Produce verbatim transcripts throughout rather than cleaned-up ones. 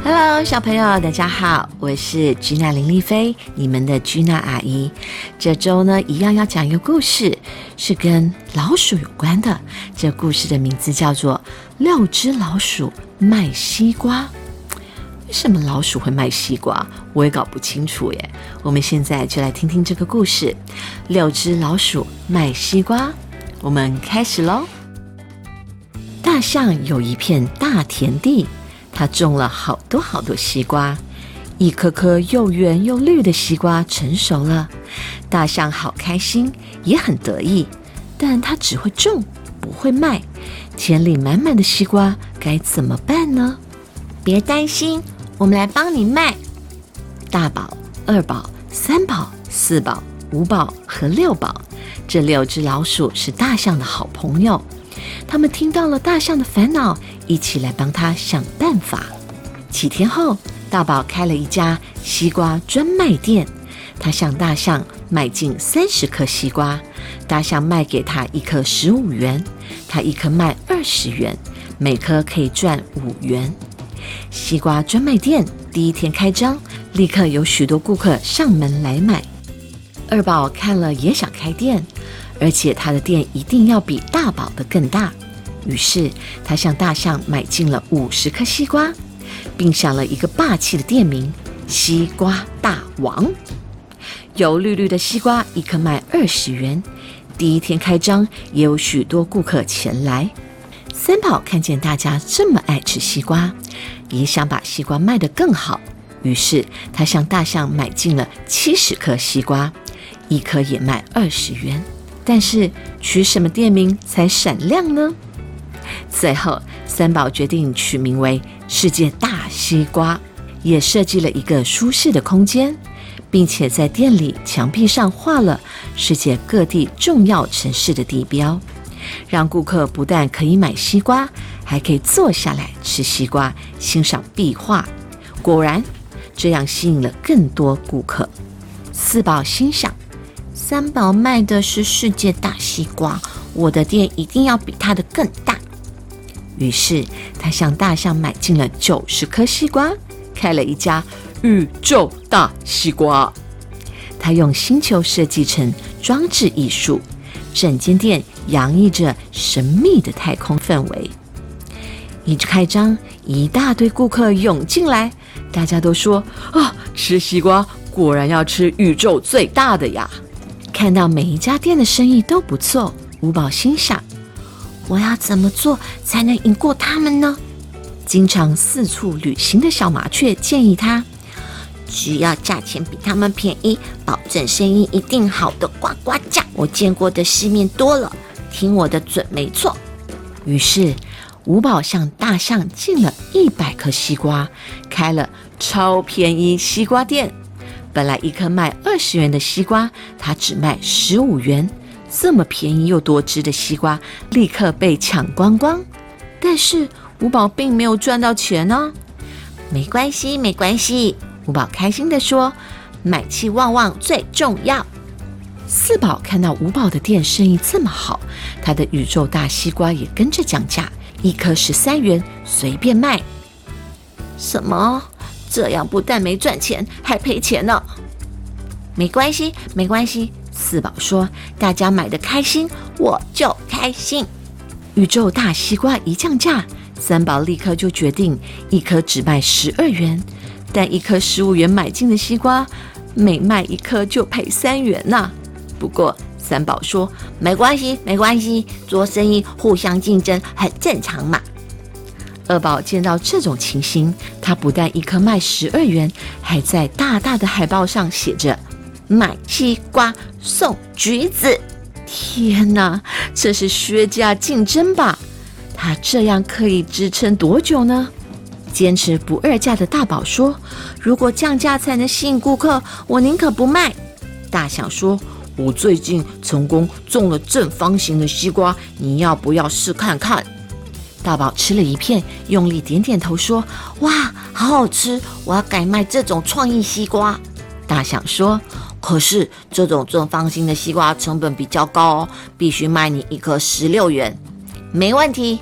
Hello， 小朋友，大家好，我是居娜林丽菲，你们的居娜阿姨。这周呢，一样要讲一个故事，是跟老鼠有关的。这故事的名字叫做《六只老鼠卖西瓜》。为什么老鼠会卖西瓜？我也搞不清楚耶。我们现在就来听听这个故事。六只老鼠卖西瓜，我们开始咯。大象有一片大田地，它种了好多好多西瓜，一颗颗又圆又绿的西瓜成熟了。大象好开心，也很得意，但它只会种，不会卖。田里满满的西瓜，该怎么办呢？ 别担心，我们来帮你卖。 大宝、二宝、三宝、四宝、五宝和六宝，这六只老鼠是大象的好朋友。他们听到了大象的烦恼，一起来帮他想办法。几天后，大宝开了一家西瓜专卖店，他向大象买进三十颗西瓜，大象卖给他一颗十五元，他一颗卖二十元，每颗可以赚五元。西瓜专卖店第一天开张，立刻有许多顾客上门来买。二宝看了也想开店，而且他的店一定要比大宝的更大，于是他向大象买进了五十颗西瓜，并想了一个霸气的店名——西瓜大王。油绿绿的西瓜一颗卖二十元，第一天开张也有许多顾客前来。三宝看见大家这么爱吃西瓜，也想把西瓜卖得更好，于是他向大象买进了七十颗西瓜，一颗也卖二十元。但是取什么店名才闪亮呢？最后，三宝决定取名为世界大西瓜，也设计了一个舒适的空间，并且在店里墙壁上画了世界各地重要城市的地标，让顾客不但可以买西瓜，还可以坐下来吃西瓜，欣赏壁画。果然，这样吸引了更多顾客。四宝心想， 三宝卖的是世界大西瓜，我的店一定要比他的更大。 于是他向大象买进了九十颗西瓜，开了一家宇宙大西瓜。他用星球设计成装置艺术，整间店洋溢着神秘的太空氛围。一开张，一大堆顾客涌进来，大家都说啊，吃西瓜果然要吃宇宙最大的呀。看到每一家店的生意都不错，五宝心想， 我要怎么做才能赢过他们呢？ 经常四处旅行的小麻雀建议他， 只要价钱比他们便宜，保证生意一定好的呱呱价。我见过的世面多了，听我的准没错。 于是五宝向大象进了一百颗西瓜，开了超便宜西瓜店。本来一颗卖二十元的西瓜，他只卖十五元。这么便宜又多汁的西瓜，立刻被抢光光。但是五宝并没有赚到钱呢、哦。 没关系，没关系，五宝开心地说：“买气旺旺最重要。” 四宝看到五宝的店生意这么好，他的宇宙大西瓜也跟着降价，一颗十三元，随便卖。 什么？这样不但没赚钱，还赔钱呢？没关系，没关系。四宝说：“大家买得开心，我就开心。” 宇宙大西瓜一降价，三宝立刻就决定一颗只卖十二元，但一颗十五元买进的西瓜，每卖一颗就赔三元呐、啊。不过三宝说：“ 没关系，没关系，做生意互相竞争很正常嘛。” 二宝见到这种情形，他不但一颗卖十二元，还在大大的海报上写着买西瓜送橘子。天哪，这是削价竞争吧？他这样可以支撑多久呢？坚持不二价的大宝说：“ 如果降价才能吸引顾客，我宁可不卖。” 大象说：“我最近成功种了正方形的西瓜，你要不要试看看？”大宝吃了一片，用力点点头说：“ 哇，好好吃！我要改卖这种创意西瓜。” 大象说：“ 可是这种正方形的西瓜成本比较高哦，必须卖你一颗十六元。”没问题，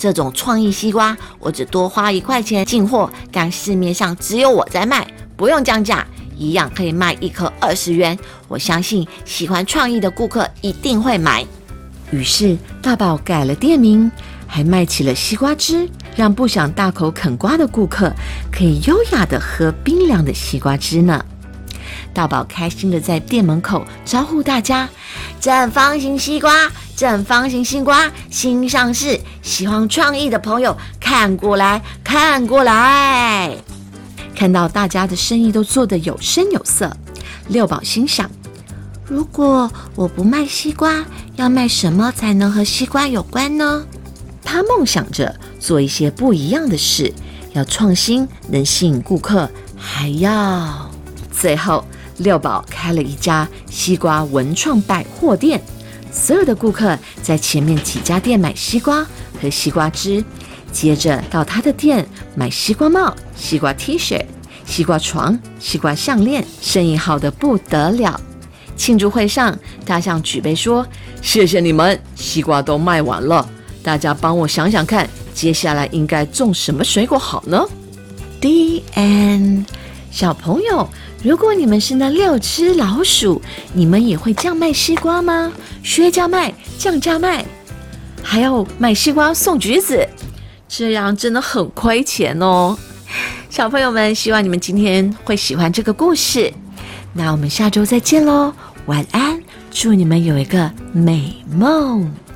这种创意西瓜，我只多花一块钱进货，但市面上只有我在卖，不用降价，一样可以卖一颗二十元。我相信喜欢创意的顾客一定会买。 于是大宝改了店名，还卖起了西瓜汁，让不想大口啃瓜的顾客可以优雅地喝冰凉的西瓜汁呢。大宝开心地在店门口招呼大家： 正方形西瓜，正方形西瓜新上市，喜欢创意的朋友看过来看过来。 看到大家的生意都做得有声有色，六宝心想， 如果我不卖西瓜，要卖什么才能和西瓜有关呢？ 他梦想着做一些不一样的事，要创新，能吸引顾客，还要……最后，六宝开了一家西瓜文创百货店，所有的顾客在前面几家店买西瓜和西瓜汁，接着到他的店买西瓜帽、西瓜 T 恤、西瓜床、西瓜项链，生意好得不得了。庆祝会上，大象举杯说：“谢谢你们，西瓜都卖完了。大家帮我想想看，接下来应该种什么水果好呢？” The end。小朋友，如果你们是那六只老鼠，你们也会这样卖西瓜吗？削价卖，降价卖，还要卖西瓜送橘子，这样真的很亏钱哦。小朋友们，希望你们今天会喜欢这个故事。那我们下周再见喽，晚安，祝你们有一个美梦。